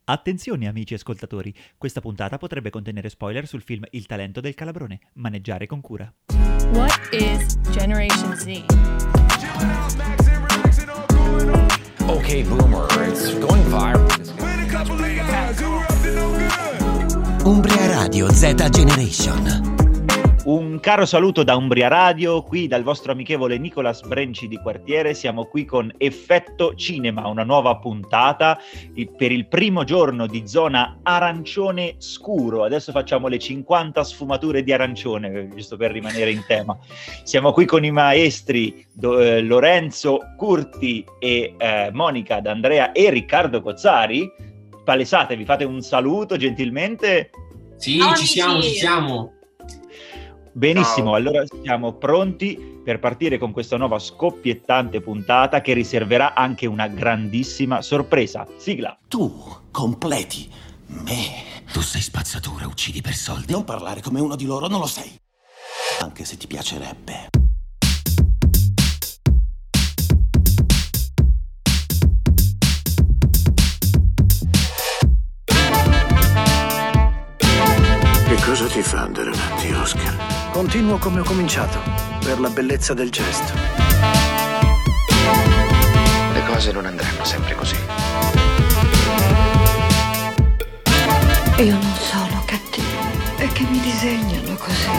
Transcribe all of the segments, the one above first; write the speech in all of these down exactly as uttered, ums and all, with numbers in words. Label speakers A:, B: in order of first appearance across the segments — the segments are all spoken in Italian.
A: Attenzione amici ascoltatori, questa puntata potrebbe contenere spoiler sul film Il talento del calabrone, maneggiare con cura.
B: What is Generation Z?
C: Okay, boomer, it's going viral.
D: Umbria Radio Z Generation.
E: Un caro saluto da Umbria Radio, qui dal vostro amichevole Nicolas Brenci di quartiere. Siamo qui con Effetto Cinema, una nuova puntata per il primo giorno di zona arancione scuro. Adesso facciamo le cinquanta sfumature di arancione, giusto per rimanere in tema. Siamo qui con i maestri do, eh, Lorenzo Curti e eh, Monica D'Andrea e Riccardo Cozzari. Palesatevi, fate un saluto gentilmente.
F: Sì, oh, ci siamo, ci siamo.
E: Benissimo,
F: Ciao.
E: Allora siamo pronti per partire con questa nuova scoppiettante puntata che riserverà anche una grandissima sorpresa. Sigla.
D: Tu completi me. Tu sei spazzatura, uccidi per soldi. Non parlare come uno di loro, non lo sei. Anche se ti piacerebbe.
G: Che cosa ti fa andare avanti, Oscar?
H: Continuo come ho cominciato, per la bellezza del gesto.
G: Le cose non andranno sempre così.
I: Io non sono cattivo, è che mi disegnano così.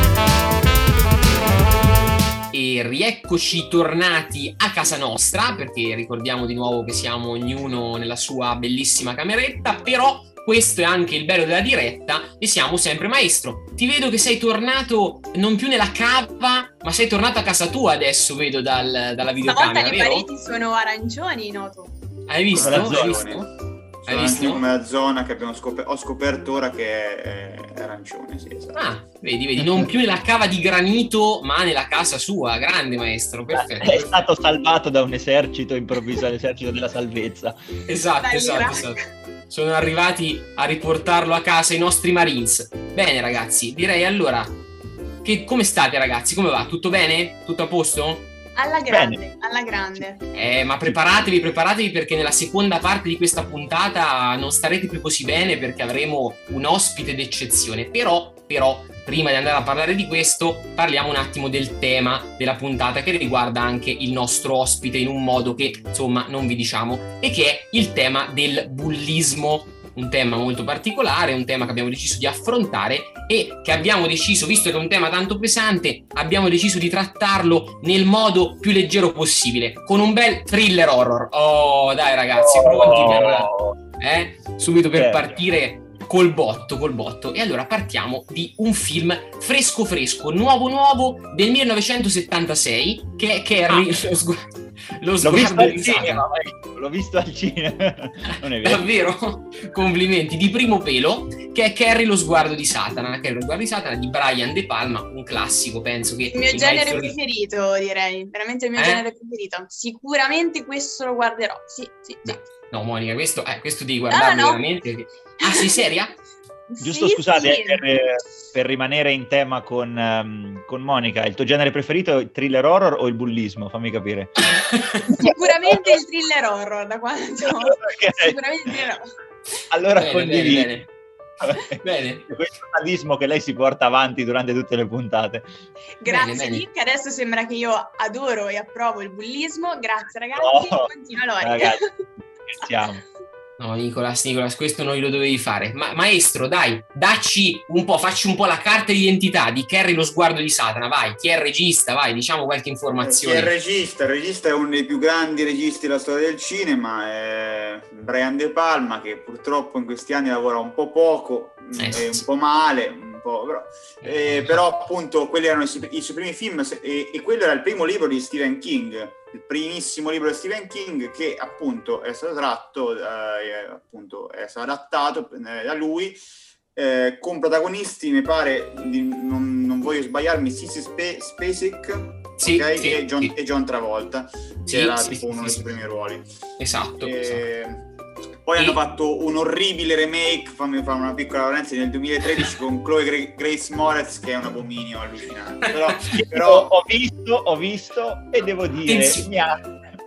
F: E rieccoci tornati a casa nostra, perché ricordiamo di nuovo che siamo ognuno nella sua bellissima cameretta, però questo è anche il bello della diretta e siamo sempre. Maestro, ti vedo che sei tornato non più nella cava, ma sei tornato a casa tua adesso, vedo dal, dalla videocamera,
J: stavolta le
F: vero?
J: pareti sono arancioni, noto.
F: Hai visto?
K: Hai
F: Hai visto?
K: Hai
F: Hai
K: visto?
F: visto?
K: Come la zona che abbiamo scoperto, ho scoperto ora che è, è arancione, sì, esatto.
F: Ah, vedi, vedi, non più nella cava di granito, ma nella casa sua. Grande maestro, perfetto.
E: È stato salvato da un esercito improvviso, l'esercito della salvezza.
F: Esatto,
J: Dai,
F: esatto,
J: Iraq.
F: esatto. Sono arrivati a riportarlo a casa i nostri Marines. Bene ragazzi, direi allora che come state ragazzi? Come va? Tutto bene? Tutto a posto?
J: Alla grande,
E: Bene.
J: alla grande.
F: Eh, ma preparatevi, preparatevi perché nella seconda parte di questa puntata non starete più così bene perché avremo un ospite d'eccezione. Però, però, prima di andare a parlare di questo, parliamo un attimo del tema della puntata che riguarda anche il nostro ospite in un modo che, insomma, non vi diciamo, e che è il tema del bullismo. Un tema molto particolare, un tema che abbiamo deciso di affrontare e che abbiamo deciso, visto che è un tema tanto pesante, abbiamo deciso di trattarlo nel modo più leggero possibile, con un bel thriller horror. Oh, dai ragazzi, pronti per eh? subito per
E: Certo.
F: partire col botto, col botto. E allora partiamo di un film fresco fresco, nuovo nuovo, del millenovecentosettantasei, che è Carrie,
E: Ah.
F: lo, sgu- lo
E: L'ho
F: sguardo
E: visto al
F: di
E: cinema,
F: Satana.
E: ecco, l'ho visto al cinema. Non è vero.
F: Davvero? Complimenti, di primo pelo, che è Carrie lo sguardo di Satana. Carrie lo sguardo di Satana di Brian De Palma, un classico, penso che
J: Il mio
F: il
J: genere
F: maestro-
J: preferito, direi. Veramente il mio
F: Eh?
J: genere preferito. Sicuramente questo lo guarderò. Sì, sì, sì.
F: No, Monica, questo, eh, questo devi guardarlo
J: Ah, no.
F: veramente. Ah, sei seria?
E: Giusto,
J: Sì,
E: scusate,
J: sì.
E: eh, per, per rimanere in tema con, ehm, con Monica, il tuo genere preferito è il thriller horror o il bullismo? Fammi capire.
J: Sicuramente il thriller horror, da quando
E: Ok.
J: sicuramente il thriller horror.
E: Allora
F: Bene,
E: condividi.
F: bene, bene. Bene.
E: Questo sadismo che lei si porta avanti durante tutte le puntate.
J: Grazie
F: bene.
J: Nick, adesso sembra che io adoro e approvo il bullismo. Grazie ragazzi,
E: No,
J: continua Lori.
E: ragazzi, scherziamo.
F: No, Nicolas, Nicolas, questo non lo dovevi fare. Ma maestro, dai, dacci un po', facci un po' la carta d'identità di Carrie lo sguardo di Satana, vai, chi è il regista, vai, diciamo qualche
K: Chi è
F: informazione.
K: il regista? Il regista è uno dei più grandi registi della storia del cinema, è Brian De Palma, che purtroppo in questi anni lavora un po' poco,
F: Eh,
K: è un
F: sì.
K: po' male, un po', però, eh, però appunto quelli erano i suoi, i suoi primi film se- e, e quello era il primo libro di Stephen King, il primissimo libro di Stephen King che appunto è stato tratto, eh, appunto è stato adattato eh, da lui, eh, con protagonisti, mi pare, di, non, non voglio sbagliarmi, Sissy Spe- Spacek,
F: Sì,
K: ok?
F: sì,
K: e, John,
F: sì.
K: e John Travolta,
F: Sì,
K: che era
F: sì,
K: tipo
F: sì,
K: uno
F: sì,
K: dei
F: sì.
K: suoi primi ruoli.
F: Esatto,
K: E-
F: esatto.
K: Poi
F: E-
K: hanno fatto un orribile remake, fammi fare una piccola parentesi, nel duemilatredici con Chloe Gra- Grace Moretz, che è un abominio allucinante. Però,
E: Ho,
K: però
E: ho visto, ho visto e devo dire,
F: Attenzione.
E: mi ha,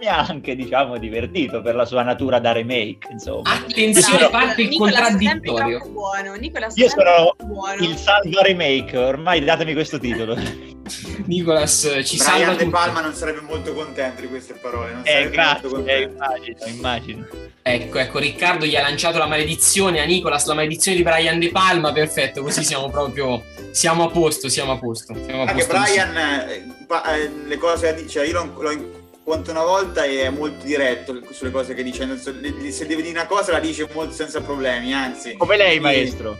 E: mi ha anche, diciamo, divertito per la sua natura da remake, insomma.
F: Attenzione, parte il
J: Nicolas
F: contraddittorio.
J: È sempre buono. Nicolas
E: Io sono
J: buono.
E: il salva remake, ormai datemi questo titolo.
F: Nicolas ci
K: Brian
F: salva
K: De
F: tutto.
K: Palma non sarebbe molto contento di queste parole. Non
E: Eh,
K: sarebbe
E: grazie,
K: molto
E: eh,
K: contento.
E: immagino, immagino.
F: Ecco, ecco, Riccardo gli ha lanciato la maledizione a Nicolas, la maledizione di Brian De Palma, perfetto, così siamo proprio, siamo a posto, siamo a posto. Siamo a
K: Anche
F: posto.
K: Brian, eh, pa- eh, le cose che dice, io l'ho, l'ho incontrato una volta e è molto diretto sulle cose che dice. Non so, le- se deve dire una cosa la dice molto senza problemi, anzi.
E: Come lei,
K: Quindi-
E: maestro.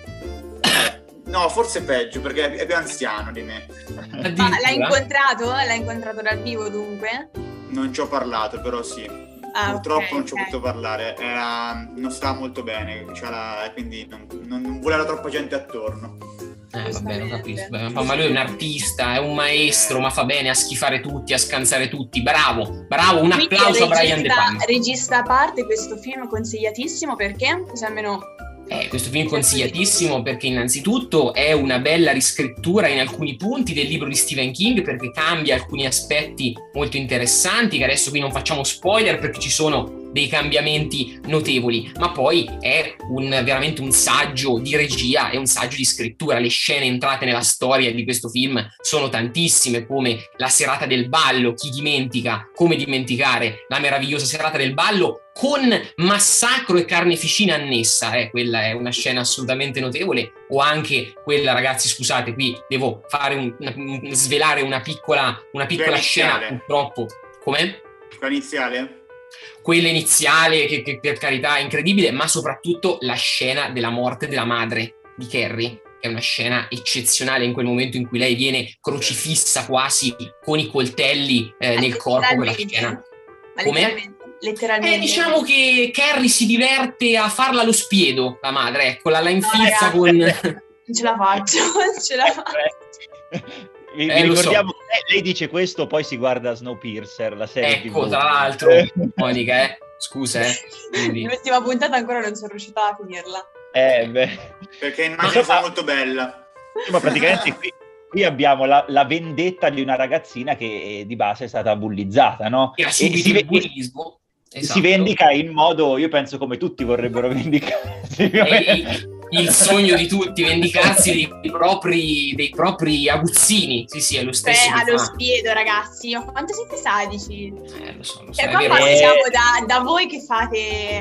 K: No, forse peggio, perché è più anziano di me.
J: Ma l'hai incontrato? L'hai incontrato dal vivo dunque?
K: Non ci ho parlato, però sì.
J: Ah,
K: Purtroppo
J: ok,
K: non ci ho
J: ok.
K: potuto parlare, era, non stava molto bene, c'era la- quindi non, non, non voleva troppa gente attorno.
F: Eh, vabbè, lo capisco. Beh, ma lui è un artista, è un maestro, ma fa bene a schifare tutti, a scansare tutti. Bravo, bravo, un
J: Quindi
F: applauso a Brian De
J: regista,
F: Palma.
J: regista a parte, questo film consigliatissimo perché? Così almeno
F: Eh, questo film consigliatissimo perché innanzitutto è una bella riscrittura in alcuni punti del libro di Stephen King, perché cambia alcuni aspetti molto interessanti che adesso qui non facciamo spoiler perché ci sono dei cambiamenti notevoli, ma poi è un, veramente un saggio di regia e un saggio di scrittura. Le scene entrate nella storia di questo film sono tantissime, come la serata del ballo, chi dimentica, come dimenticare la meravigliosa serata del ballo con massacro e carneficina annessa, eh, quella è una scena assolutamente notevole. O anche quella, ragazzi, scusate, qui devo fare un, una, un- svelare una piccola, una piccola scena,
K: iniziale.
F: purtroppo. Come?
K: La iniziale?
F: Quella iniziale che, che per carità è incredibile, ma soprattutto la scena della morte della madre di Carrie, che è una scena eccezionale in quel momento in cui lei viene crocifissa quasi con i coltelli eh, nel corpo. Quella scena.
J: Ma
F: Come?
J: letteralmente, letteralmente.
F: Eh, diciamo che Carrie si diverte a farla allo spiedo, la madre, ecco, la, la infilza
J: No,
F: con...
J: Non ce la faccio, non ce la faccio.
E: Vi,
F: Eh,
E: vi
F: lo so.
E: ricordiamo che lei, lei dice questo, poi si guarda Snowpiercer, la serie
F: Ecco,
E: tivù.
F: tra l'altro,
E: Eh.
F: Monica, eh, scusa, eh. Quindi...
J: L'ultima puntata ancora non sono riuscita a finirla.
E: Eh, beh.
K: Perché
E: Ma
K: immagino sia
E: insomma-
K: molto bella.
E: Ma praticamente qui, qui abbiamo la, la vendetta di una ragazzina che eh, di base è stata bullizzata, no?
F: Era
E: E
F: subito
E: si,
F: il
E: ve-
F: bullismo. Esatto.
E: si vendica in modo, io penso come tutti vorrebbero vendicarsi. più o
F: È
E: meno.
F: il, il sogno di tutti, vendicarsi dei, dei propri, dei propri aguzzini. Sì, sì, è lo
J: Cioè,
F: stesso. che
J: allo
F: fa.
J: spiedo, ragazzi. Ma quanto siete sadici?
F: Eh, lo so, lo so,
J: Cioè,
F: è
J: qua
F: vero.
J: passiamo
E: Eh.
J: da, da voi che fate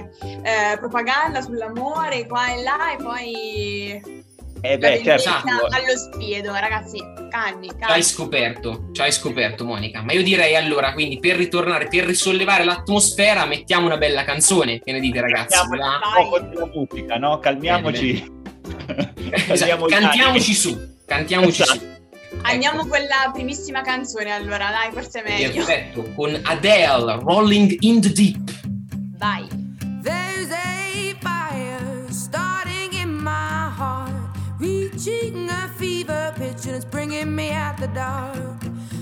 J: eh, propaganda sull'amore qua e là e poi
E: Eh
J: la
E: beh,
J: vendetta
E: certo.
J: allo spiedo, ragazzi. Calmi,
F: Ci hai
J: calmi.
F: scoperto, ci hai scoperto, Monica. Ma io direi allora, quindi, per ritornare, per risollevare l'atmosfera, mettiamo una bella canzone. Che ne dite, ragazzi?
E: Calmiamoci
F: Va?
E: un po' con la musica, no? Calmiamoci.
F: Esatto,
E: Calmiamo gli
F: cantiamoci
E: animi.
F: su, cantiamoci
E: Esatto.
F: su.
J: Andiamo con la primissima canzone allora, dai, forse è meglio.
F: Perfetto, con Adele, Rolling in the Deep.
J: Vai.
L: There's a fire starting in my heart, reaching a fever pitch and it's bringing me out the dark.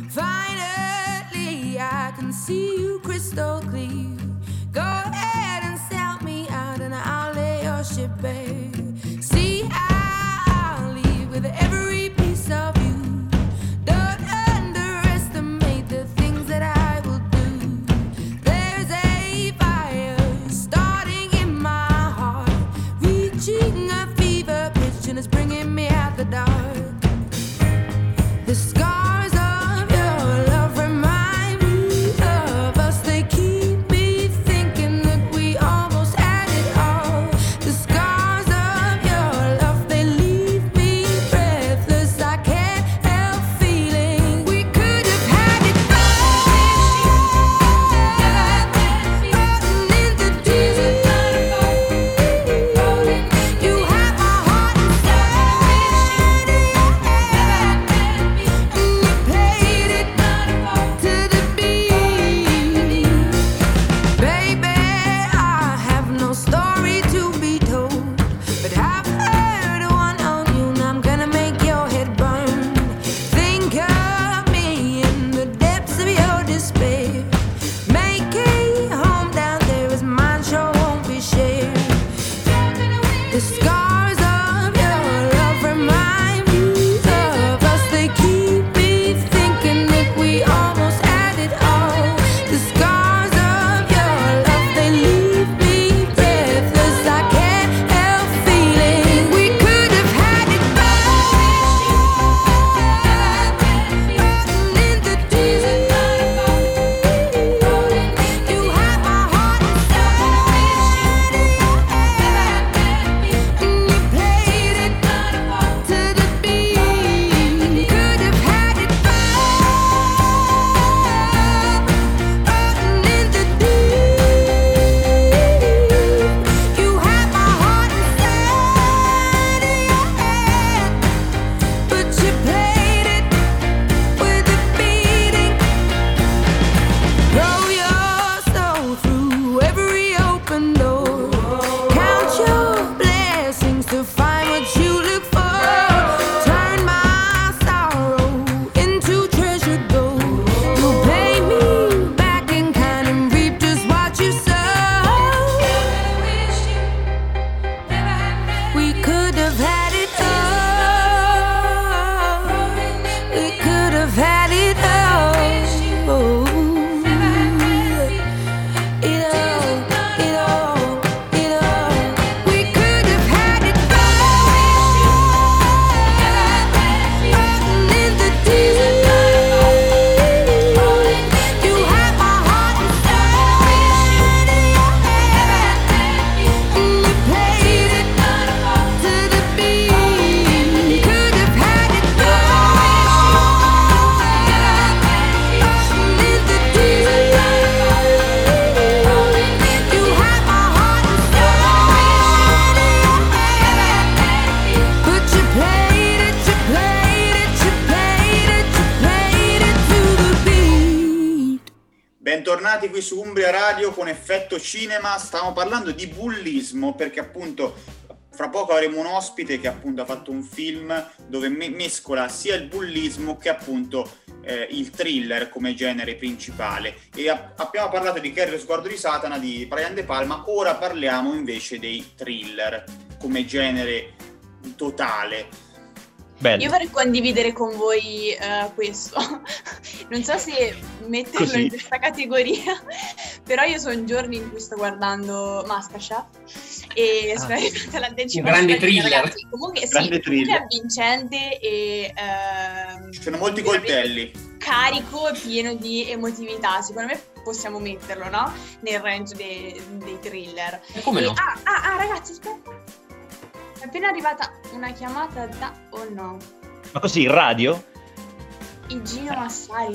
L: Finally, I can see you crystal clear. Go ahead and sell me out and I'll lay your ship bare. See, I'll leave with every piece of you. Don't underestimate the things that I will do. There's a fire starting in my heart, reaching a fever pitch and it's bringing me out the dark. The scars of your love remind me of us. They keep me thinking that we almost had it all. The scars of your love, they leave me breathless. I can't help feeling we could have had it all. Rolling in the deep. You have my heart inside, and you played it to the beat. Baby, I have no story to be told, but I've heard one on you and I'm gonna make your head burn. Think of me in the depths of your despair. Make a home down there as mine sure won't be shared. The scars of your love remind me of us. They keep me thinking that we almost had it all. The scars of
K: bentornati qui su Umbria Radio con Effetto Cinema. Stiamo parlando di bullismo perché appunto fra poco avremo un ospite che appunto ha fatto un film dove me- mescola sia il bullismo che appunto eh, il thriller come genere principale. E a- abbiamo parlato di Carrie lo sguardo di Satana di Brian De Palma, ora parliamo invece dei thriller come genere totale.
E: Bello.
J: Io vorrei condividere con voi uh, questo, non so se metterlo
E: Così.
J: in questa categoria, però io sono giorni in cui sto guardando MasterChef e sono
E: Ah.
J: arrivata alla decima
F: Un grande
J: stagione,
F: thriller.
J: ragazzi. Comunque, sì,
E: Grande
J: comunque
E: thriller.
J: è avvincente e ehm,
K: Ci sono molti
J: veramente
K: coltelli.
J: carico e pieno di emotività. Secondo me possiamo metterlo, no? Nel range dei, dei thriller.
F: E come
J: E-
F: no?
J: ah, ah, ah, ragazzi, aspetta. È appena arrivata una chiamata da... Oh no.
E: Ma così, in radio?
J: Igino Massari.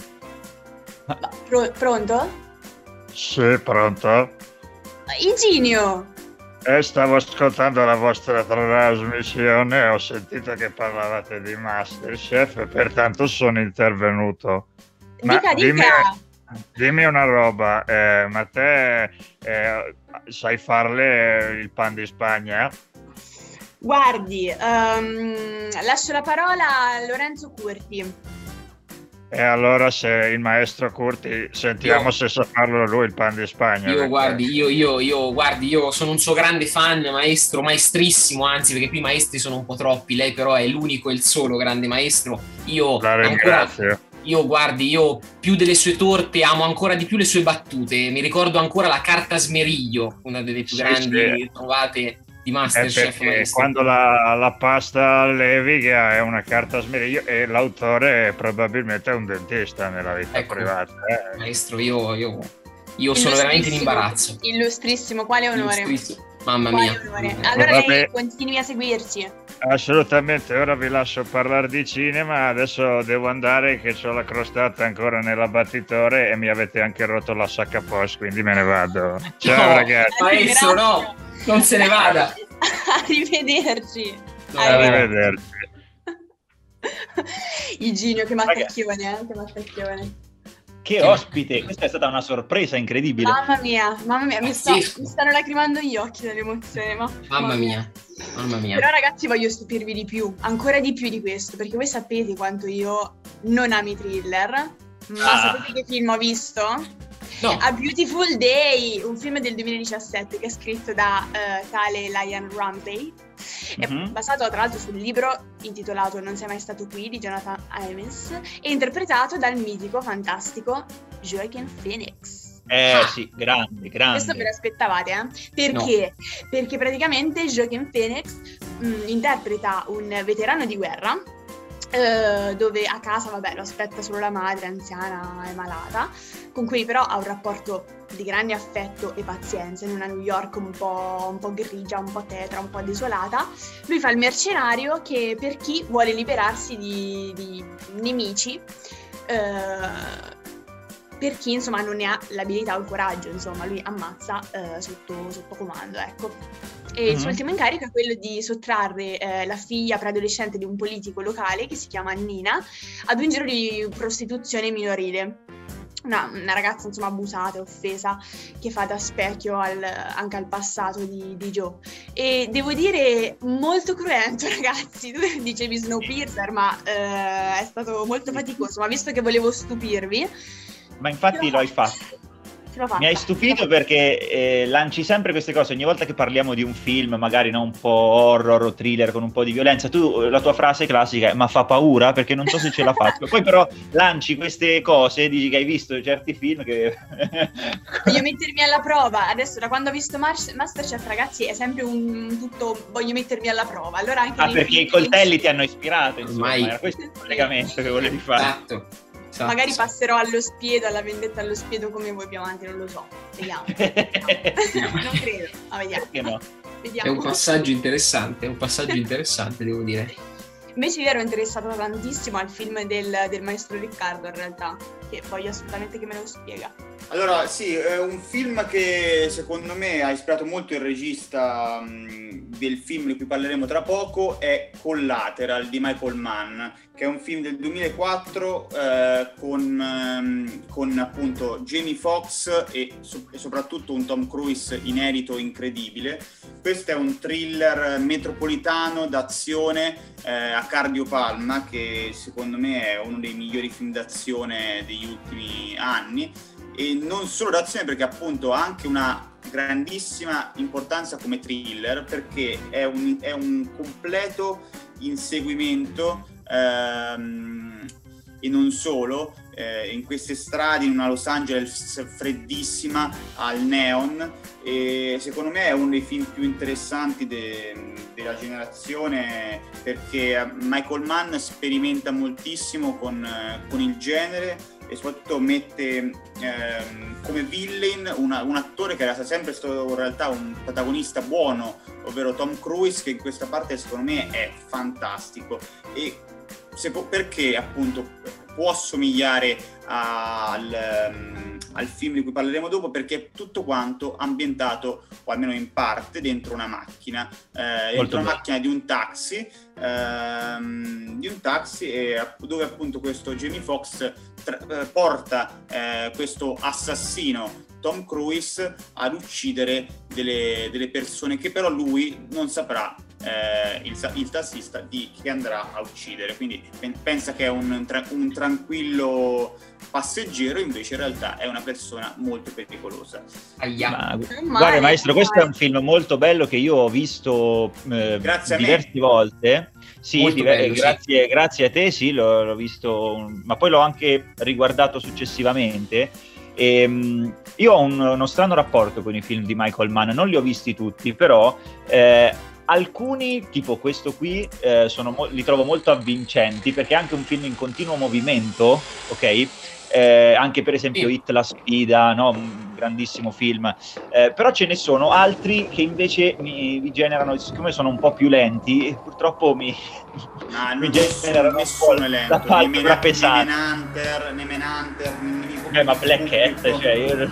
E: Ma-
J: Ma pro- pronto?
M: Sì, pronto?
J: Iginio!
M: Eh, stavo ascoltando la vostra trasmissione e ho sentito che parlavate di Masterchef e pertanto sono intervenuto. Ma
J: Dica,
M: dimmi,
J: dica!
M: dimmi una roba, eh, ma te eh, sai farle il pan di Spagna?
J: Guardi, ehm, lascio la parola a Lorenzo Curti.
M: E allora se il maestro Curti, sentiamo
F: Io-
M: se sa farlo lui il pan di Spagna.
F: Io
M: perché-
F: guardi, io, io, io, guardi, io sono un suo grande fan, maestro, maestrissimo, anzi, perché qui i maestri sono un po' troppi, lei però è l'unico e il solo grande maestro. Io
M: La
F: ancora,
M: ringrazio.
F: io guardi, io più delle sue torte amo ancora di più le sue battute. Mi ricordo ancora la carta smeriglio, una delle più
M: Sì,
F: grandi
M: sì.
F: trovate di
M: È
F: Masterchef,
M: perché
F: maestro.
M: quando la, la pasta leviga è una carta smeriglio e l'autore è probabilmente un dentista nella vita
F: Ecco.
M: privata. eh.
F: Maestro, io, io, io sono veramente in
J: Illustrissimo,
F: imbarazzo.
J: Illustrissimo, quale onore.
F: Illustrissimo. Mamma
J: Quale
F: mia.
J: onore. Allora
M: Vabbè.
J: lei continui a seguirci.
M: Assolutamente, ora vi lascio parlare di cinema, adesso devo andare che ho la crostata ancora nell'abbattitore e mi avete anche rotto la sacca post, quindi me ne vado. Ciao
F: No,
M: ragazzi,
F: Maestro, no, non se ne vada.
J: Arrivederci.
F: No.
M: arrivederci.
J: Iginio, che mattacchione, eh? Che mattacchione.
E: Che ospite! Questa è stata una sorpresa incredibile.
J: Mamma mia, mamma mia, mi, sto-
F: Pazzesco.
J: mi stanno lacrimando gli occhi dall'emozione. Ma,
F: Mamma mia, mamma mia.
J: Però ragazzi voglio stupirvi di più, ancora di più di questo, perché voi sapete quanto io non ami thriller, ma
E: Ah.
J: sapete che film ho visto?
F: No.
J: A Beautiful Day, un film del duemiladiciassette che è scritto da eh, tale Lion Rampey. È
E: Mhm.
J: basato tra l'altro sul libro intitolato Non sei mai stato qui di Jonathan Ames e interpretato dal mitico, fantastico Joaquin Phoenix.
E: Eh
F: Ah.
E: sì, grande,
J: Questo ve lo
E: grande.
J: aspettavate, eh? Perché? Perché praticamente Joaquin Phoenix mh, interpreta un veterano di guerra eh, dove a casa, vabbè, lo aspetta solo la madre anziana e malata, con cui però ha un rapporto di grande affetto e pazienza in una New York un po', un po' grigia, un po' tetra, un po' desolata. Lui fa il mercenario che per chi vuole liberarsi di, di nemici, eh, per chi insomma non ne ha l'abilità o il coraggio, insomma lui ammazza eh, sotto, sotto comando, ecco. E il suo
E: Mhm.
J: ultimo incarico è quello di sottrarre eh, la figlia preadolescente di un politico locale che si chiama Nina ad un giro di prostituzione minorile. Una, una ragazza insomma abusata e offesa che fa da specchio al- anche al passato di, di Joe. E devo dire molto cruento, ragazzi. Tu dicevi Snowpiercer, ma eh, è stato molto faticoso, ma visto che volevo stupirvi,
E: Ma infatti lo hai fatto.
J: ce l'ho fatta.
E: Mi hai stupito perché eh, lanci sempre queste cose. Ogni volta che parliamo di un film, magari no, un po' horror o thriller con un po' di violenza, tu la tua frase classica è: ma fa paura? Perché non so se ce l'ha fatto. Poi però lanci queste cose, dici che hai visto certi film che...
J: Voglio mettermi alla prova. Adesso da quando ho visto Mar- Masterchef, ragazzi, è sempre un tutto voglio mettermi alla prova. Allora anche
E: Ah,
J: nei
E: perché i
J: film-
E: coltelli ti hanno ispirato, insomma.
F: Ormai.
E: Era questo il collegamento che volevi fare.
F: Esatto. esatto.
J: Magari passerò allo spiedo, alla vendetta allo spiedo come voi più avanti, non lo so. Vediamo. Non credo, ma vediamo.
E: Perché no?
F: È
J: Vediamo.
F: un passaggio interessante, è un passaggio interessante, devo dire.
J: Invece io ero interessata tantissimo al film del, del maestro Riccardo, in realtà, che voglio assolutamente che me lo spiega.
K: Allora, sì, è un film che secondo me ha ispirato molto il regista mh, del film di cui parleremo tra poco è Collateral di Michael Mann, che è un film del duemilaquattro eh, con, ehm, con appunto Jamie Foxx e, so- e soprattutto un Tom Cruise inedito incredibile. Questo è un thriller metropolitano d'azione eh, a cardiopalma, che secondo me è uno dei migliori film d'azione degli ultimi anni, e non solo d'azione, perché appunto ha anche una grandissima importanza come thriller, perché è un, è un completo inseguimento ehm, e non solo eh, in queste strade, in una Los Angeles freddissima al neon, e secondo me è uno dei film più interessanti de, della generazione, perché Michael Mann sperimenta moltissimo con, con il genere e soprattutto mette ehm, come villain una, un attore che era sempre stato in realtà un protagonista buono, ovvero Tom Cruise, che in questa parte secondo me è fantastico, e se, perché appunto può assomigliare al, um, al film di cui parleremo dopo, perché è tutto quanto ambientato, o almeno in parte, dentro una macchina, eh, dentro una macchina di un taxi, ehm, di un taxi e, dove appunto questo Jamie Foxx tra- porta eh, questo assassino Tom Cruise ad uccidere delle, delle persone che però lui non saprà, eh, il, il tassista, di chi andrà a uccidere. Quindi pen- pensa che è un, tra- un tranquillo passeggero, invece in realtà è una persona molto pericolosa.
E: Ma, guarda maestro, questo è un film molto bello che io ho visto eh, diverse volte. Sì, diver- bello, grazie, sì. grazie a te, sì, l'ho, l'ho visto, ma poi l'ho anche riguardato successivamente. E, um, io ho un, uno strano rapporto con i film di Michael Mann, non li ho visti tutti, però eh, alcuni, tipo questo qui, eh, sono mo- li trovo molto avvincenti, perché è anche un film in continuo movimento, ok? Eh, anche per esempio Hit la sfida, no? Un grandissimo film, eh, però ce ne sono altri che invece mi, mi generano, siccome sono un po' più lenti, e purtroppo mi,
K: ah,
E: mi
K: generano nessuno è lento,
E: la
K: né
E: pesante.
K: Menhunter, né Menhunter,
E: eh, ma Black Hat, cioè io...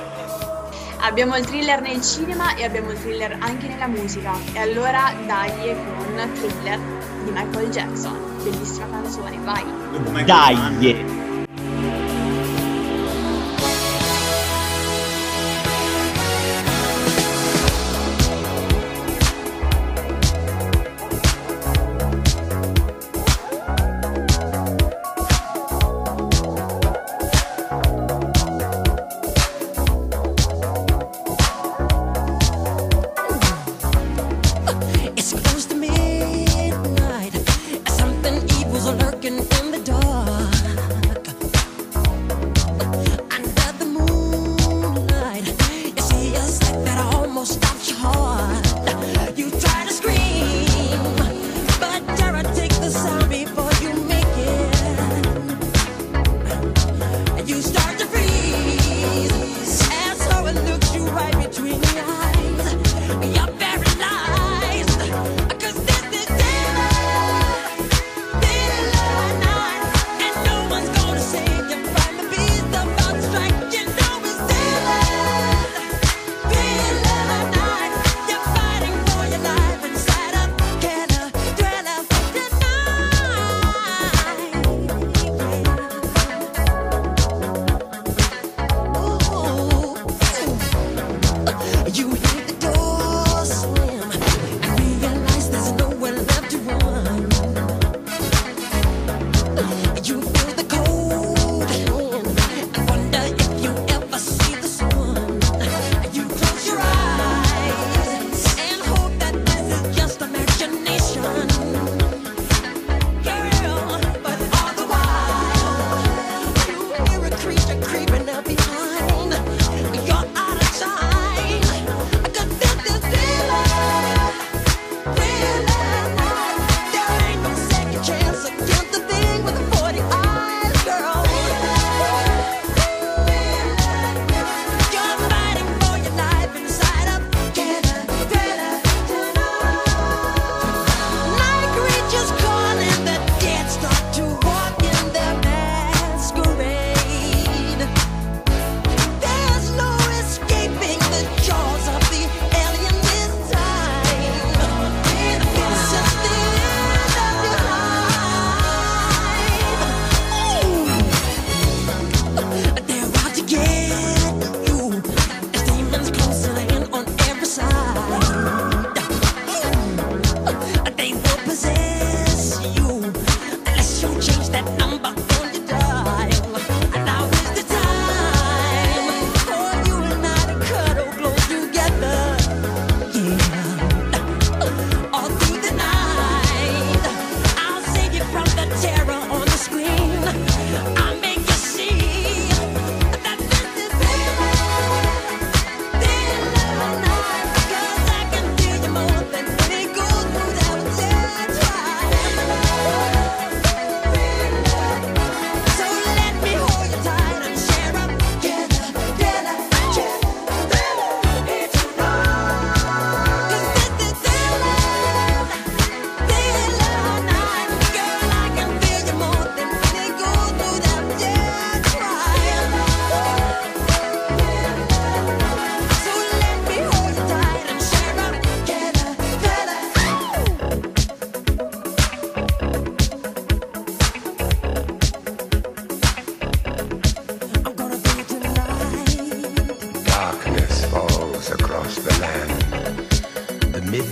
J: Abbiamo il thriller nel cinema e abbiamo il thriller anche nella musica, e allora dai con Thriller di Michael Jackson, bellissima canzone, vai.
E: Dai.
L: Right between your eyes, you're paralyzed, 'cause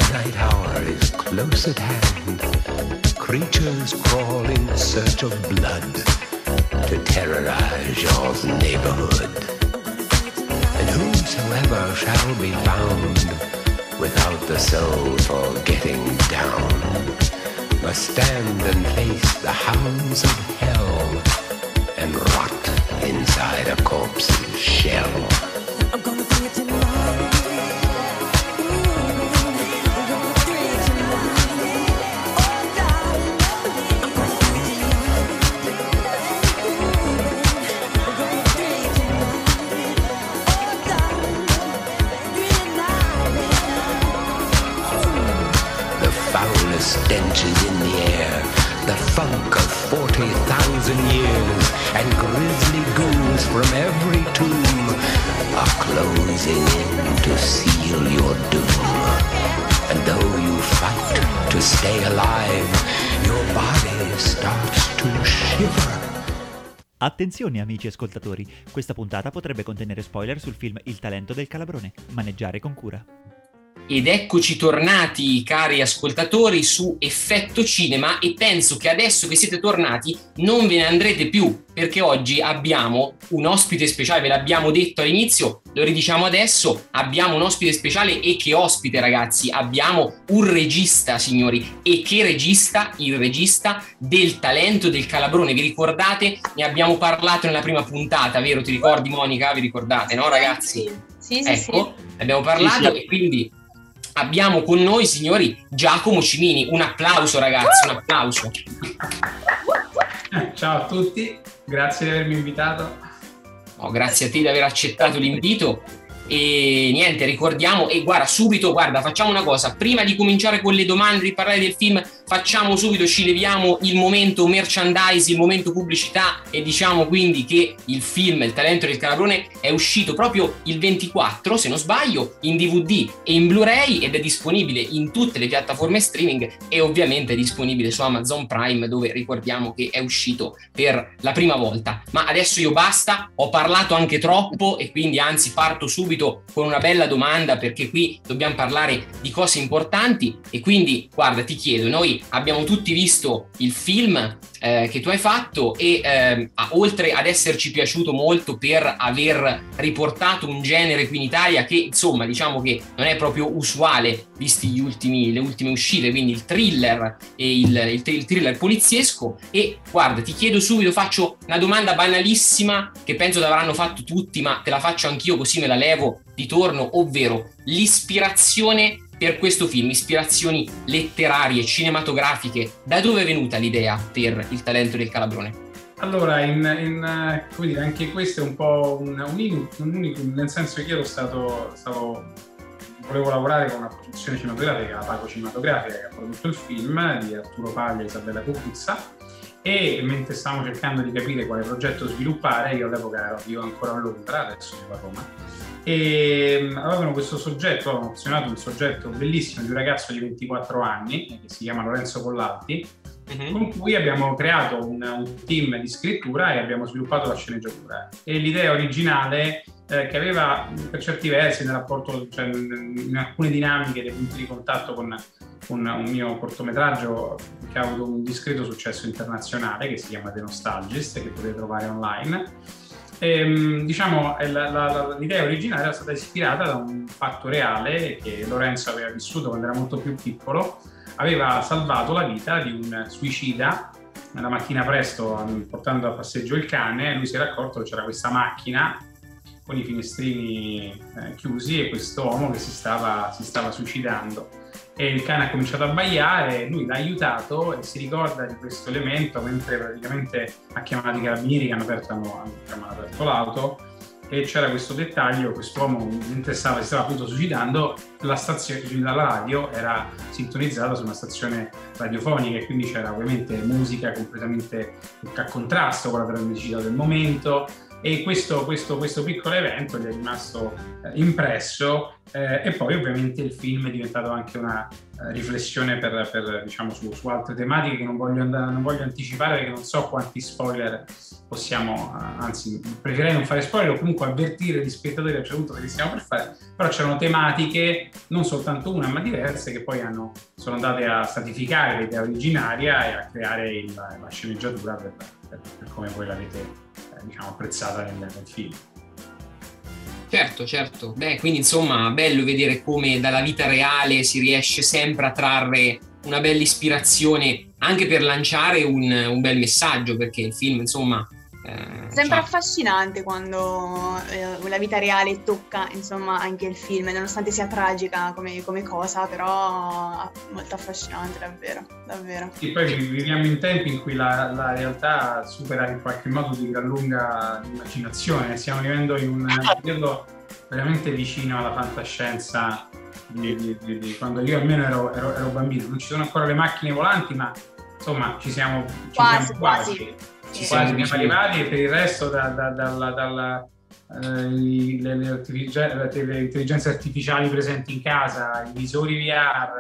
N: midnight hour is close at hand. Creatures crawl in search of blood to terrorize your neighborhood. And whosoever shall be found without the soul for getting down must stand and face the hounds of hell and rot inside a corpse's shell. I'm gonna bring it tonight. Stench is in the air, the funk of forty thousand years, and grisly ghouls from every tomb are closing in to seal your doom. And though you fight to stay alive, your body starts to shiver.
A: Attenzione amici ascoltatori, questa puntata potrebbe contenere spoiler sul film Il talento del calabrone, maneggiare con cura.
F: Ed eccoci tornati, cari ascoltatori, su Effetto Cinema, e penso che adesso che siete tornati non ve ne andrete più, perché oggi abbiamo un ospite speciale, ve l'abbiamo detto all'inizio, lo ridiciamo adesso, abbiamo un ospite speciale. E che ospite, ragazzi, abbiamo un regista, signori, e che regista, il regista del Talento del Calabrone. Vi ricordate? Ne abbiamo parlato nella prima puntata, vero? Ti ricordi, Monica? Vi ricordate, no ragazzi?
J: Sì, sì,
F: ecco,
J: sì.
F: Abbiamo parlato, sì, sì. E quindi abbiamo con noi, signori, Giacomo Cimini. Un applauso, ragazzi, un applauso.
O: Ciao a tutti, grazie di avermi invitato.
F: No, grazie a te di aver accettato l'invito. E niente, ricordiamo, e guarda, subito, guarda, facciamo una cosa, prima di cominciare con le domande, di parlare del film, facciamo subito, ci leviamo il momento merchandise, il momento pubblicità, e diciamo quindi che il film Il talento del calabrone è uscito proprio il ventiquattro, se non sbaglio, in D V D e in Blu-ray, ed è disponibile in tutte le piattaforme streaming e ovviamente è disponibile su Amazon Prime, dove ricordiamo che è uscito per la prima volta. Ma adesso io basta, ho parlato anche troppo, e quindi anzi parto subito con una bella domanda, perché qui dobbiamo parlare di cose importanti. E quindi guarda, ti chiedo, noi abbiamo tutti visto il film eh, che tu hai fatto, e eh, oltre ad esserci piaciuto molto per aver riportato un genere qui in Italia che insomma diciamo che non è proprio usuale visti gli ultimi, le ultime uscite, quindi il thriller e il, il, il thriller poliziesco. E guarda, ti chiedo subito, faccio una domanda banalissima che penso che avranno fatto tutti, ma te la faccio anch'io così me la levo di torno, ovvero l'ispirazione per questo film, ispirazioni letterarie, cinematografiche. Da dove è venuta l'idea per Il talento del calabrone?
O: Allora, in, in, come dire, anche questo è un po' un, un, un unicum, nel senso che io ero stato, stavo, volevo lavorare con una produzione cinematografica, la Paco Cinematografica, che ha prodotto il film di Arturo Paglia e Isabella Cupuzza, e mentre stavamo cercando di capire quale progetto sviluppare, io all'epoca ero, vivo ancora a Londra, adesso vivo a Roma, e avevano questo soggetto, avevano opzionato un soggetto bellissimo di un ragazzo di ventiquattro anni che si chiama Lorenzo Collalti, uh-huh. con cui abbiamo creato un, un team di scrittura e abbiamo sviluppato la sceneggiatura. E l'idea originale, eh, che aveva per certi versi nel rapporto, cioè in, in alcune dinamiche dei punti di contatto con un, un mio cortometraggio che ha avuto un discreto successo internazionale, che si chiama The Nostalgist, che potete trovare online. E, diciamo, la, la, l'idea originale era stata ispirata da un fatto reale che Lorenzo aveva vissuto quando era molto più piccolo. Aveva salvato la vita di un suicida nella mattina presto, portando a passeggio il cane. Lui si era accorto che c'era questa macchina con i finestrini eh, chiusi e quest'uomo che si stava, si stava suicidando. E il cane ha cominciato a abbaiare, lui l'ha aiutato e si ricorda di questo elemento mentre praticamente ha chiamato i carabinieri che hanno aperto, hanno, hanno aperto l'auto, e c'era questo dettaglio: quest'uomo mentre stava, si stava appunto suicidando, la stazione, la radio era sintonizzata su una stazione radiofonica, e quindi c'era ovviamente musica completamente a contrasto con la drammaticità del momento. e questo, questo, questo piccolo evento gli è rimasto eh, impresso eh, e poi ovviamente il film è diventato anche una eh, riflessione per, per, diciamo, su, su altre tematiche che non voglio, andare, non voglio anticipare perché non so quanti spoiler possiamo, eh, anzi preferirei non fare spoiler o comunque avvertire gli spettatori a un certo punto che li stiamo per fare, però c'erano tematiche, non soltanto una ma diverse, che poi hanno, sono andate a stratificare l'idea originaria e a creare il, la sceneggiatura per, per, per come voi l'avete eh, diciamo, apprezzata nel, nel film.
F: Certo, certo. Beh, quindi insomma, bello vedere come dalla vita reale si riesce sempre a trarre una bella ispirazione anche per lanciare un, un bel messaggio, perché il film, insomma... Eh,
J: Sempre
F: cioè...
J: affascinante quando eh, la vita reale tocca, insomma, anche il film, nonostante sia tragica come, come cosa, però molto affascinante, davvero, davvero.
O: E poi viviamo in tempi in cui la, la realtà supera in qualche modo di gran lunga l'immaginazione, stiamo vivendo in un periodo veramente vicino alla fantascienza di, di, di, di quando io almeno ero, ero, ero bambino. Non ci sono ancora le macchine volanti, ma insomma ci siamo ci
J: quasi,
O: siamo quasi.
J: quasi.
O: Ci siamo arrivati e per il resto da, da, dalla, dalla, eh, le, le, artifici- le intelligenze artificiali presenti in casa, i visori V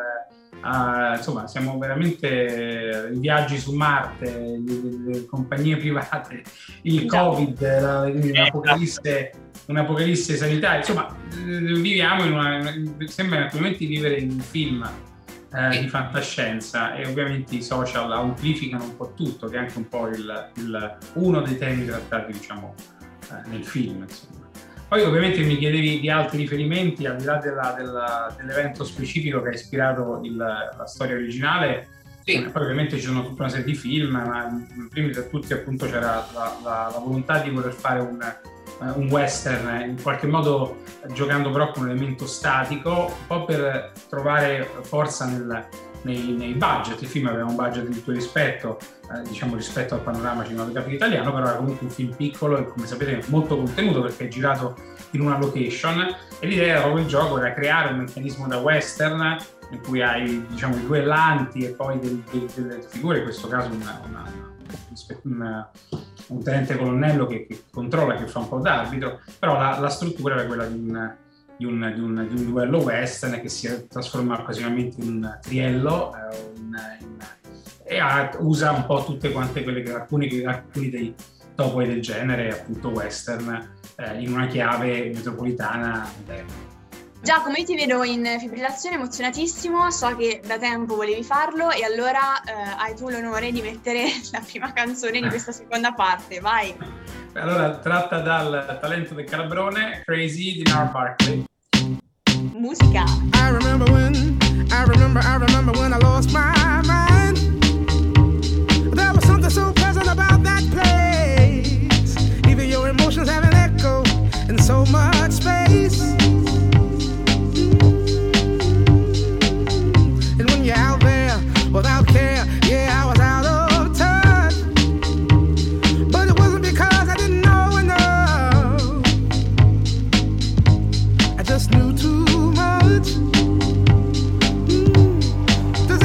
O: R, eh, insomma siamo veramente i viaggi su Marte, le, le compagnie private, il Covid, la, un'apocalisse, un'apocalisse sanitaria, insomma viviamo in una, sembra naturalmente di vivere in un film Eh, di fantascienza e ovviamente i social amplificano un po' tutto, che è anche un po' il, il, uno dei temi trattati diciamo eh, nel film, insomma. Poi ovviamente mi chiedevi di altri riferimenti al di là della, della, dell'evento specifico che ha ispirato il, la storia originale. Sì. Eh, poi ovviamente ci sono tutta una serie di film, ma prima di tutti appunto c'era la, la, la volontà di voler fare un un western in qualche modo giocando però con un elemento statico, un po' per trovare forza nel, nei, nei budget. Il film aveva un budget di tutto rispetto, eh, diciamo rispetto al panorama cinematografico italiano, però era comunque un film piccolo e come sapete molto contenuto perché è girato in una location e l'idea era proprio il gioco, era creare un meccanismo da western in cui hai diciamo i duellanti e poi del, del, delle figure, in questo caso una, una Un, un tenente colonnello che, che controlla, che fa un po' d'arbitro, però la, la struttura era quella di un, di, un, di, un, di un duello western che si trasforma occasionalmente in un triello eh, in, in, e ha, usa un po' tutte quante quelle che alcuni, alcuni dei topoi del genere appunto western eh, in una chiave metropolitana moderna.
J: Giacomo, io ti vedo in fibrillazione, emozionatissimo, so che da tempo volevi farlo e allora eh, hai tu l'onore di mettere la prima canzone di questa seconda parte, vai!
O: Allora, tratta dal Talento del Calabrone, Crazy di Gnarls Barkley.
J: Musica!
P: I remember when, I remember, I remember when I lost my mind. There was something so pleasant about that place. Even your emotions have an echo in so much space. You're out there without care, yeah, I was out of touch. But it wasn't because I didn't know enough. I just knew too much. Mm. There's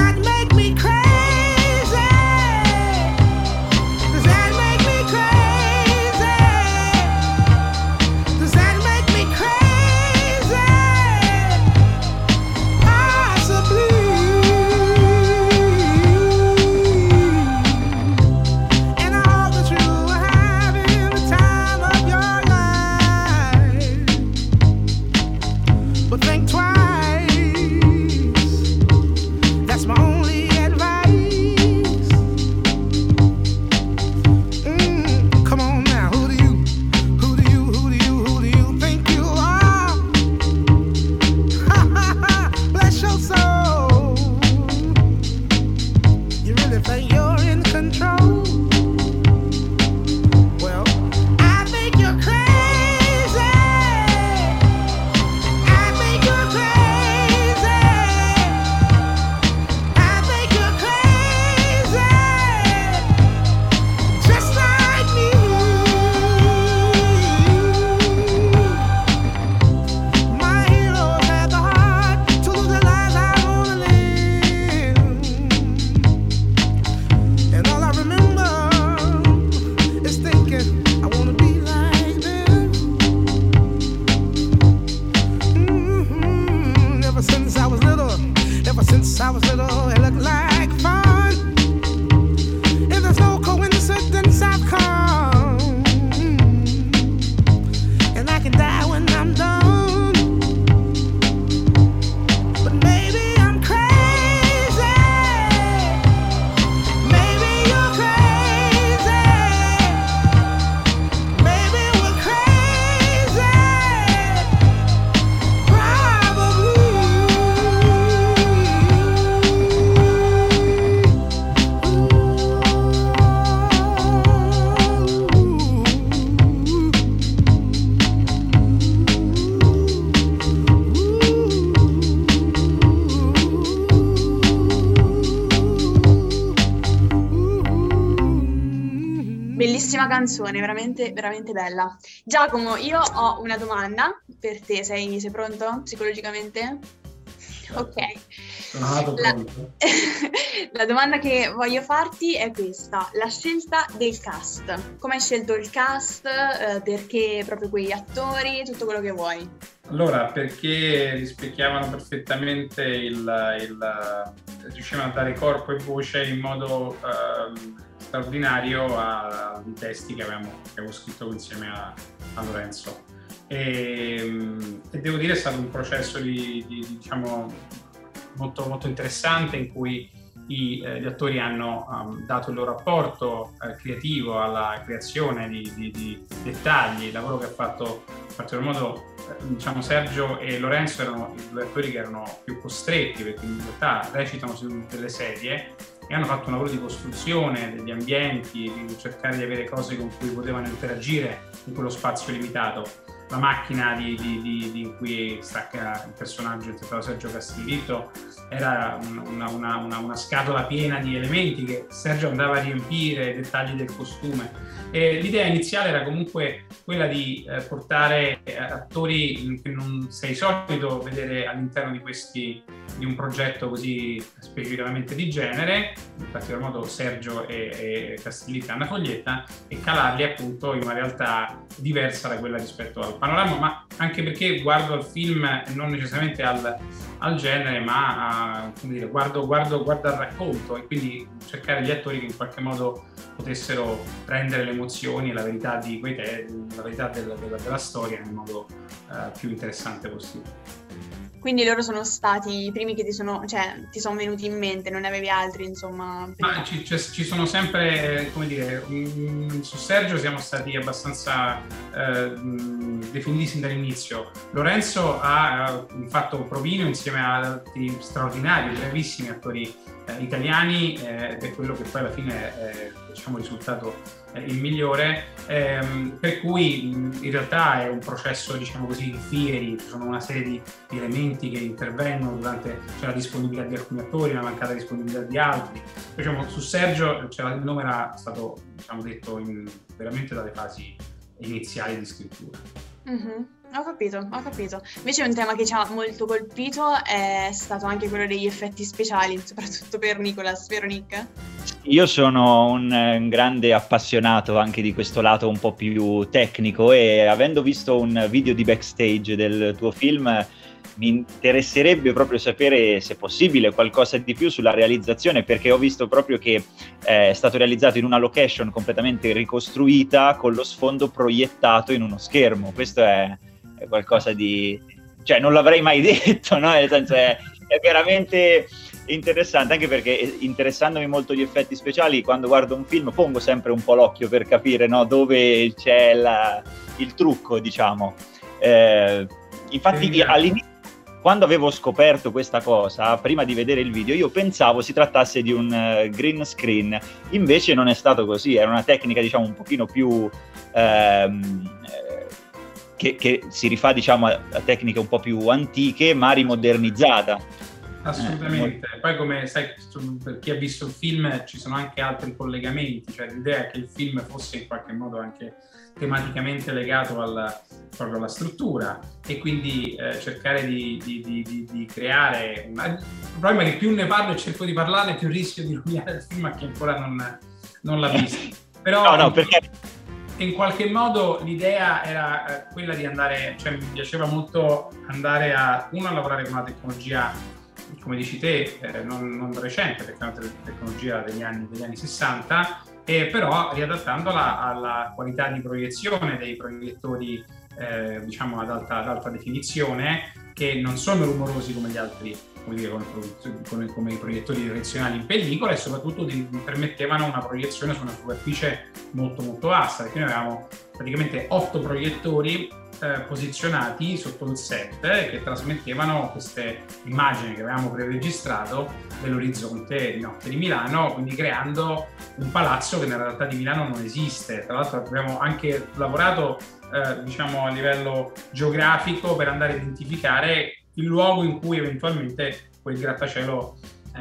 P: that look like fun. If there's no coincidence, I've come, and I can die when I'm done. But maybe I'm crazy. Maybe you're crazy. Maybe we're crazy.
J: Bellissima canzone, veramente, veramente bella. Giacomo, io ho una domanda per te, sei, sei pronto psicologicamente? Ok.
O: Sono nato
J: La...
O: pronto.
J: La domanda che voglio farti è questa: la scelta del cast. Come hai scelto il cast? Eh, perché proprio quegli attori? Tutto quello che vuoi.
O: Allora, perché rispecchiavano perfettamente il, il riuscivano a dare corpo e voce in modo ehm, straordinario ai testi che avevamo, che avevo scritto insieme a, a Lorenzo. E, e devo dire è stato un processo di, di, diciamo molto, molto interessante, in cui i, eh, gli attori hanno um, dato il loro apporto eh, creativo alla creazione di, di, di dettagli. Il lavoro che ha fatto in particolar modo eh, diciamo Sergio e Lorenzo erano i due attori che erano più costretti, perché in realtà recitano su delle serie e hanno fatto un lavoro di costruzione degli ambienti, di cercare di avere cose con cui potevano interagire in quello spazio limitato. La macchina di, di, di, di cui stacca il personaggio interpretato Sergio Castellitto era una, una, una, una scatola piena di elementi che Sergio andava a riempire, dettagli del costume. E l'idea iniziale era comunque quella di eh, portare eh, attori che non sei solito vedere all'interno di questi di un progetto così specificamente di genere, in particolar modo Sergio e, e Castellitto e Anna Foglietta, e calarli appunto in una realtà diversa da quella rispetto al panorama, ma anche perché guardo al film non necessariamente al, al genere, ma a, come dire, guardo, guardo, guardo al racconto, e quindi cercare gli attori che in qualche modo potessero prendere le emozioni e la verità di quei te, la verità della, della, della storia nel modo uh, più interessante possibile.
J: Quindi loro sono stati i primi che ti sono, cioè, ti sono venuti in mente, non ne avevi altri, insomma?
O: Ma ci, ci sono sempre, come dire, um, su Sergio siamo stati abbastanza eh, definiti sin dall'inizio. Lorenzo ha uh, fatto provino insieme a altri straordinari, bravissimi attori eh, italiani, eh, ed è quello che poi alla fine è, diciamo, risultato il migliore, ehm, per cui in realtà è un processo, diciamo così, di fieri. Ci sono una serie di, di elementi che intervengono durante, c'è la disponibilità di alcuni attori, la mancata disponibilità di altri. Diciamo, su Sergio c'era, il nome era stato, diciamo, detto in, veramente dalle fasi iniziali di scrittura.
J: Mm-hmm. Ho capito, ho capito. Invece un tema che ci ha molto colpito è stato anche quello degli effetti speciali, soprattutto per Nicolas, vero Nick?
E: Io sono un, un grande appassionato anche di questo lato un po' più tecnico, e avendo visto un video di backstage del tuo film mi interesserebbe proprio sapere, se possibile, qualcosa di più sulla realizzazione, perché ho visto proprio che eh, è stato realizzato in una location completamente ricostruita con lo sfondo proiettato in uno schermo. Questo è, è qualcosa di... cioè non l'avrei mai detto, no? Nel senso è, è veramente interessante, anche perché interessandomi molto gli effetti speciali, quando guardo un film pongo sempre un po' l'occhio per capire, no, dove c'è la, il trucco, diciamo. Eh, infatti all'inizio, quando avevo scoperto questa cosa, prima di vedere il video, io pensavo si trattasse di un uh, green screen, invece non è stato così, era una tecnica, diciamo, un pochino più ehm, eh, che, che si rifà, diciamo, a, a tecniche un po' più antiche, ma rimodernizzata.
O: Assolutamente. Eh, Poi, come sai, per chi ha visto il film ci sono anche altri collegamenti, cioè l'idea è che il film fosse in qualche modo anche tematicamente legato alla, proprio alla struttura, e quindi eh, cercare di, di, di, di creare una... il problema è che più ne parlo e cerco di parlarne, più rischio di rovinare il film a chi ancora non, non l'ha visto. Però
E: no, no, perché...
O: in qualche modo l'idea era quella di andare, cioè mi piaceva molto andare a, uno, a lavorare con una tecnologia come dici te, eh, non, non recente, perché è una te- tecnologia degli anni, degli anni sessanta, e però riadattandola alla qualità di proiezione dei proiettori eh, diciamo ad alta, ad alta definizione, che non sono rumorosi come gli altri, come, dire, come, come, come i proiettori direzionali in pellicola, e soprattutto di, permettevano una proiezione su una superficie molto molto vasta, perché noi avevamo praticamente otto proiettori eh, posizionati sotto il set eh, che trasmettevano queste immagini che avevamo preregistrato dell'orizzonte di notte di Milano, quindi creando un palazzo che nella realtà di Milano non esiste. Tra l'altro abbiamo anche lavorato eh, diciamo a livello geografico per andare a identificare il luogo in cui eventualmente quel grattacielo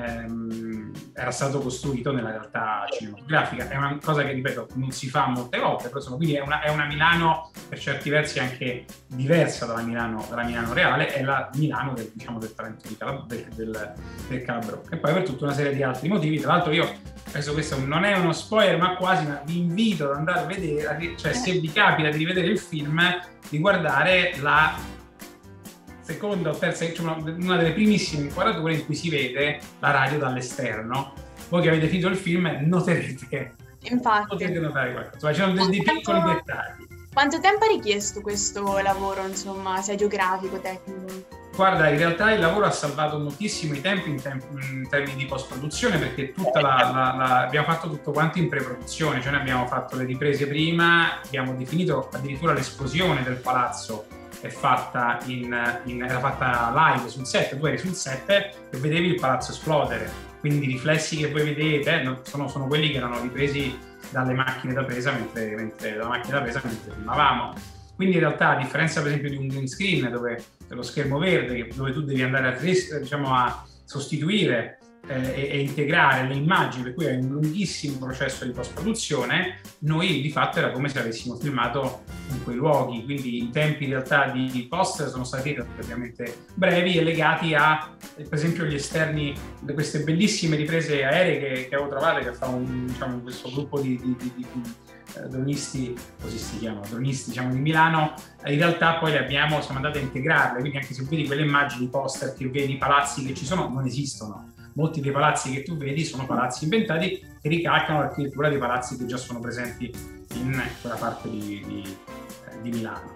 O: ehm, era stato costruito nella realtà cinematografica. È una cosa che, ripeto, non si fa molte volte, però insomma, quindi è una, è una Milano per certi versi anche diversa dalla Milano, dalla Milano reale, è la Milano del, diciamo, del Trento di Calab- del, del, del Calabrò, e poi per tutta una serie di altri motivi. Tra l'altro io penso questo non è uno spoiler, ma quasi, ma vi invito ad andare a vedere, cioè se vi capita di rivedere il film, di guardare la seconda o terza, cioè una, una delle primissime inquadrature in cui si vede la radio dall'esterno. Voi che avete finito il film noterete,
J: infatti,
O: potete notare qualcosa, ci sono dei, dei piccoli dettagli.
J: Quanto tempo ha richiesto questo lavoro, insomma, sia geografico, tecnico?
O: Guarda, in realtà il lavoro ha salvato moltissimo i tempi in, tem- in termini di post-produzione, perché tutta la, la, la, abbiamo fatto tutto quanto in pre-produzione, cioè noi abbiamo fatto le riprese prima, abbiamo definito addirittura l'esplosione del palazzo, è fatta in, in, era fatta live sul set, tu eri sul set e vedevi il palazzo esplodere, quindi i riflessi che voi vedete eh, sono, sono quelli che erano ripresi dalle macchine da presa mentre, mentre, dalla macchina da presa mentre filmavamo. Quindi in realtà, a differenza per esempio di un green screen dove lo schermo verde, dove tu devi andare a, diciamo, a sostituire eh, e, e integrare le immagini, per cui è un lunghissimo processo di post-produzione, noi di fatto era come se avessimo filmato in quei luoghi, quindi i tempi in realtà di post sono stati ovviamente brevi e legati a, per esempio, gli esterni, queste bellissime riprese aeree che, che avevo trovato, che fa un, diciamo, questo gruppo di, di, di, di dronisti, così si chiamano, dronisti diciamo di Milano, in realtà poi le abbiamo, siamo andati a integrarle, quindi anche se vedi quelle immagini, poster che vedi, i palazzi che ci sono, non esistono. Molti dei palazzi che tu vedi sono palazzi inventati che ricalcano l'architettura dei palazzi che già sono presenti in quella parte di, di, di Milano.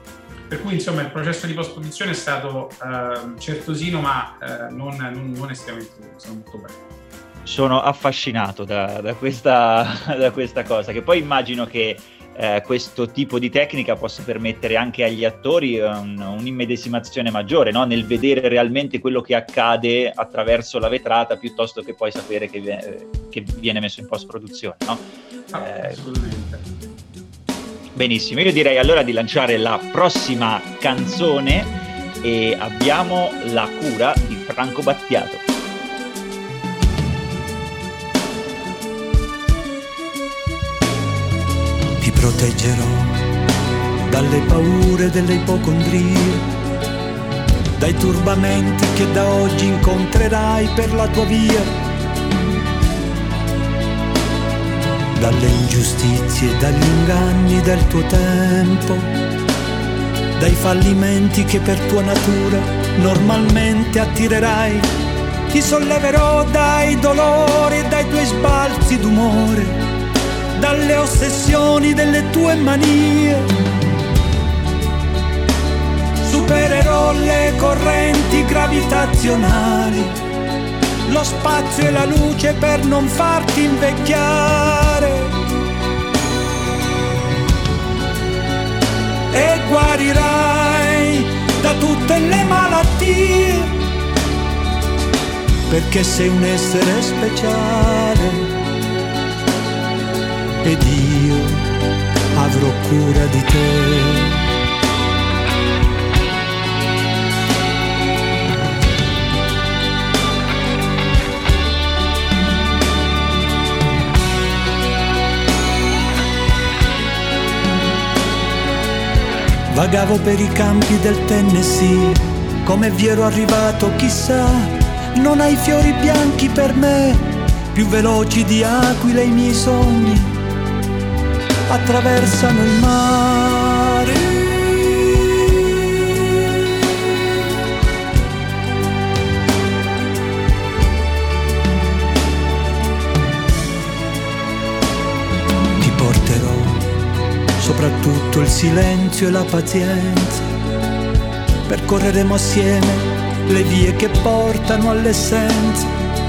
O: Per cui insomma il processo di post-produzione è stato eh, certosino, ma eh, non, non, non estremamente lungo, è stato molto bello. Sono
E: affascinato da, da, questa, da questa cosa, che poi immagino che eh, questo tipo di tecnica possa permettere anche agli attori un, un'immedesimazione maggiore, no? Nel vedere realmente quello che accade attraverso la vetrata, piuttosto che poi sapere che, che viene messo in post-produzione, no?
O: Eh, assolutamente.
E: Benissimo, io direi allora di lanciare la prossima canzone, e abbiamo La cura di Franco Battiato.
Q: Ti proteggerò dalle paure delle ipocondrie, dai turbamenti che da oggi incontrerai per la tua via, dalle ingiustizie, dagli inganni del tuo tempo, dai fallimenti che per tua natura normalmente attirerai. Ti solleverò dai dolori e dai tuoi sbalzi d'umore, dalle ossessioni delle tue manie. Supererò le correnti gravitazionali, lo spazio e la luce per non farti invecchiare, e guarirai da tutte le malattie, perché sei un essere speciale ed io avrò cura di te. Vagavo per i campi del Tennessee, come vi ero arrivato chissà, non hai fiori bianchi per me, più veloci di aquile i miei sogni attraversano il mare. soprattutto il silenzio e la pazienza. Percorreremo assieme le vie che portano all'essenza.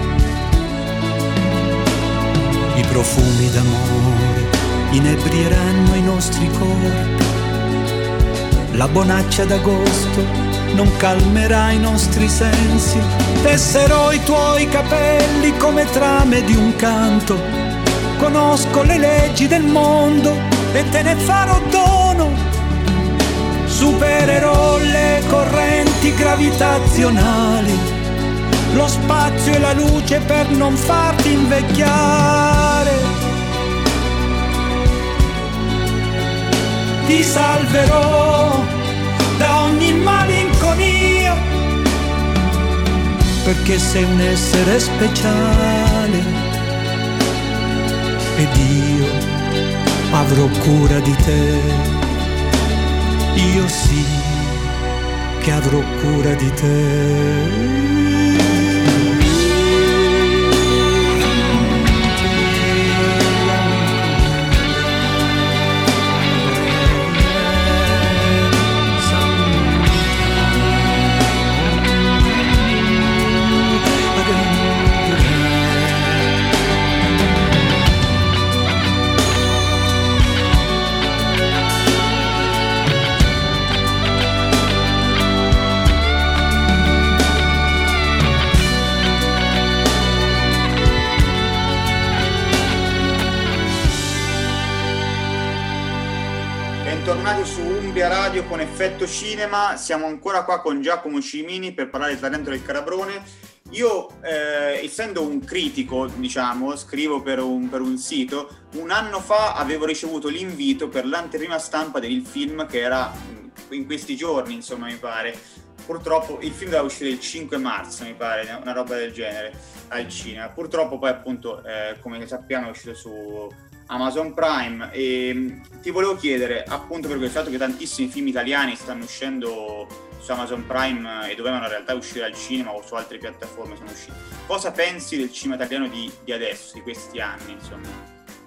Q: I profumi d'amore inebrieranno i nostri corpi. La bonaccia d'agosto non calmerà i nostri sensi. Tesserò i tuoi capelli come trame di un canto. Conosco le leggi del mondo e te ne farò dono. Supererò le correnti gravitazionali, lo spazio e la luce per non farti invecchiare. Ti salverò da ogni malinconia, perché sei un essere speciale ed io avrò cura di te. Io sì che avrò cura di te.
K: Bentornati su Umbria Radio con Effetto Cinema. Siamo ancora qua con Giacomo Cimini per parlare del talento del Calabrone. Io, eh, essendo un critico, diciamo, scrivo per un, per un sito, un anno fa avevo ricevuto l'invito per l'anteprima stampa del film che era in questi giorni, insomma, mi pare. Purtroppo il film doveva uscire il cinque marzo, mi pare, una roba del genere, al cinema. Purtroppo poi, appunto, eh, come sappiamo, è uscito su Amazon Prime. E ti volevo chiedere, appunto, per il fatto che tantissimi film italiani stanno uscendo su Amazon Prime e dovevano in realtà uscire al cinema o su altre piattaforme sono usciti. Cosa pensi del cinema italiano di, di adesso, di questi anni, insomma?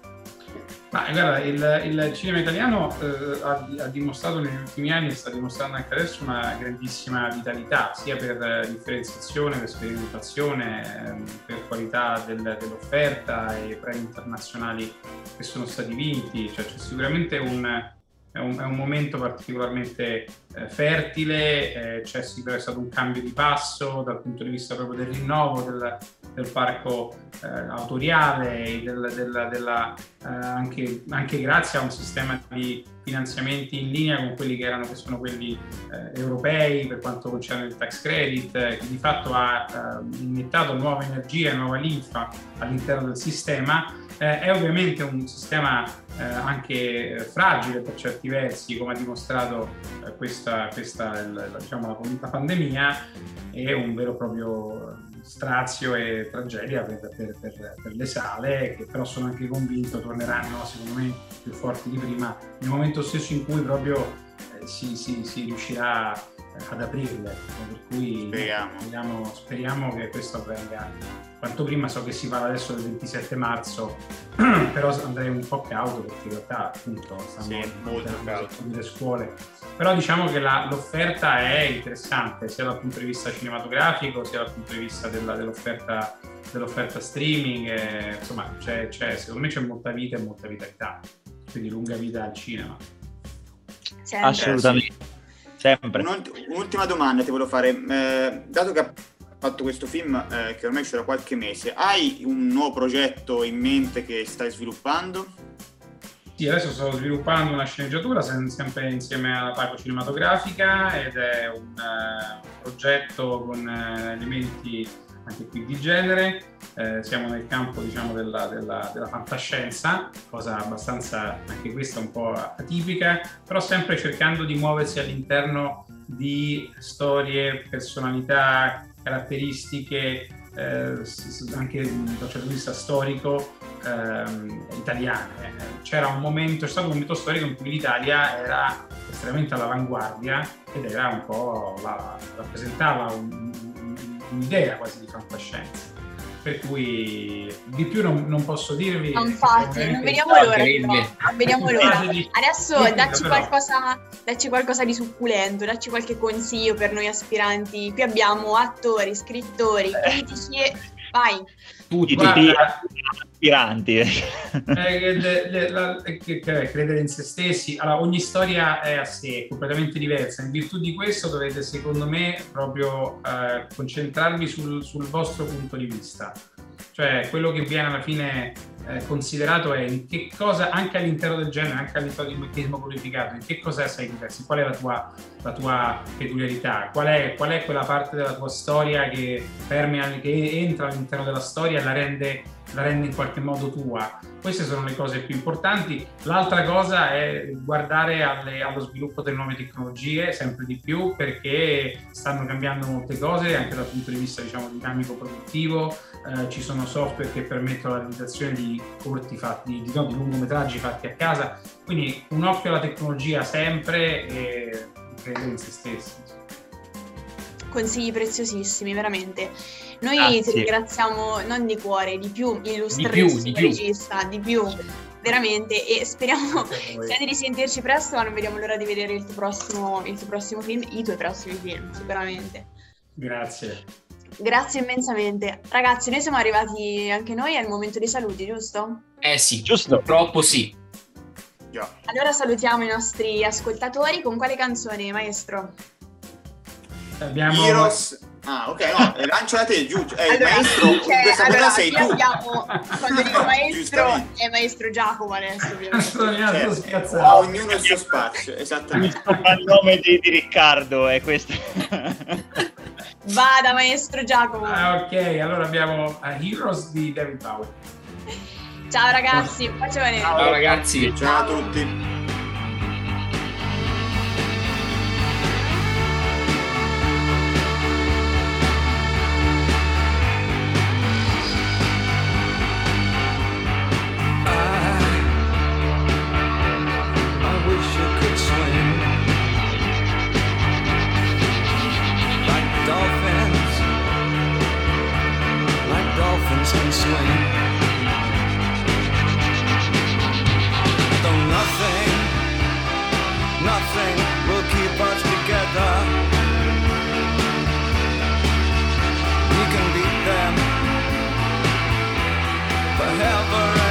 O: Ma guarda, il, il cinema italiano eh, ha, ha dimostrato negli ultimi anni, sta dimostrando anche adesso, una grandissima vitalità, sia per eh, differenziazione, per sperimentazione, eh, per qualità del, dell'offerta e premi internazionali che sono stati vinti. Cioè, c'è sicuramente un, è un, è un momento particolarmente eh, fertile, eh, c'è sicuramente stato un cambio di passo dal punto di vista proprio del rinnovo del, del parco eh, autoriale, del, del, della, eh, anche, anche grazie a un sistema di finanziamenti in linea con quelli che erano che sono quelli eh, europei per quanto concerne il tax credit, eh, che di fatto ha eh, iniettato nuova energia e nuova linfa all'interno del sistema. Eh, è ovviamente un sistema eh, anche fragile per certi versi, come ha dimostrato eh, questa, questa il, diciamo, la, la pandemia, e un vero e proprio strazio e tragedia per, per, per, per le sale, che però sono anche convinto torneranno secondo me più forti di prima nel momento stesso in cui proprio eh, si, si, si riuscirà ad aprirle, per cui
K: speriamo.
O: Speriamo, speriamo che questo avvenga quanto prima. So che si parla adesso del ventisette marzo, però andrei un po' cauto perché in realtà appunto stanno
K: sì, molto cauto
O: le scuole, però diciamo che la, l'offerta è interessante sia dal punto di vista cinematografico sia dal punto di vista della, dell'offerta dell'offerta streaming, e, insomma c'è, c'è, secondo me c'è molta vita e molta vitalità, quindi lunga vita al cinema.
J: Sempre.
E: Assolutamente. Sempre.
K: Un'ultima domanda ti volevo fare, eh, dato che ha fatto questo film eh, che ormai c'era qualche mese, hai un nuovo progetto in mente che stai sviluppando?
O: Sì, adesso sto sviluppando una sceneggiatura sempre insieme alla Paco Cinematografica, ed è un uh, progetto con uh, elementi anche qui di genere. Eh, siamo nel campo, diciamo, della, della, della fantascienza, cosa abbastanza anche questa un po' atipica, però sempre cercando di muoversi all'interno di storie, personalità, caratteristiche eh, anche da un certo punto di vista storico ehm, italiane. C'era un momento, c'è stato un momento storico in cui l'Italia era estremamente all'avanguardia ed era un po' la, rappresentava un, un'idea quasi di fantascienza. per cui di più non, non posso dirvi.
J: No, infatti, non vediamo l'ora, però. Non vediamo l'ora. Adesso dacci qualcosa, dacci qualcosa di succulento, dacci qualche consiglio per noi aspiranti. Qui abbiamo attori, scrittori, critici e... Vai!
E: Tutti gli aspiranti.
O: Eh, le, le, la, che, che, credere in se stessi. Allora, ogni storia è a sé, è completamente diversa. In virtù di questo dovete, secondo me, proprio eh, concentrarvi sul, sul vostro punto di vista. Cioè, quello che viene alla fine eh, considerato è in che cosa, anche all'interno del genere, anche all'interno di un meccanismo codificato, in che cosa sei diverso, qual è la tua, la tua peculiarità, qual è, qual è quella parte della tua storia che permea, che entra all'interno della storia e la rende, la rende in qualche modo tua. Queste sono le cose più importanti. L'altra cosa è guardare alle, allo sviluppo delle nuove tecnologie sempre di più, perché stanno cambiando molte cose anche dal punto di vista, diciamo, dinamico produttivo. Eh, ci sono software che permettono la realizzazione di corti fatti, di, no, di lungometraggi fatti a casa, quindi un occhio alla tecnologia sempre e credere in se stessi.
J: Consigli preziosissimi, veramente. Noi
E: Grazie.
J: ti ringraziamo non di cuore, di più, illustrissimo
F: Di più, di più.
J: regista, di più, veramente, e speriamo sia di risentirci presto, ma non vediamo l'ora di vedere il tuo prossimo, il tuo prossimo film, i tuoi prossimi film, sicuramente.
O: Grazie.
J: Grazie immensamente. Ragazzi, noi siamo arrivati anche noi al momento dei saluti, giusto?
F: Eh sì,
E: giusto.
F: Purtroppo sì.
K: Yeah.
J: Allora salutiamo i nostri ascoltatori con quale canzone, maestro?
O: Abbiamo...
K: Heroes. Ah, ok, no, lancia la te, giù. Eh,
J: allora,
K: il maestro, in
J: cioè,
K: questa
J: allora,
K: cosa sei tu.
J: Abbiamo, quando dico maestro,
K: Giustamente.
J: è maestro Giacomo adesso, ovviamente.
K: Certo, ha ognuno il suo spazio, esattamente.
E: Il nome di, di Riccardo è questo.
J: Vada, maestro Giacomo.
O: Ah, ok, allora abbiamo uh, Heroes di David Bowie.
J: Ciao ragazzi, bacione.
F: Ciao ragazzi.
K: Ciao a tutti.
Q: Can swing. Though nothing, nothing will keep us together. We can beat them forever.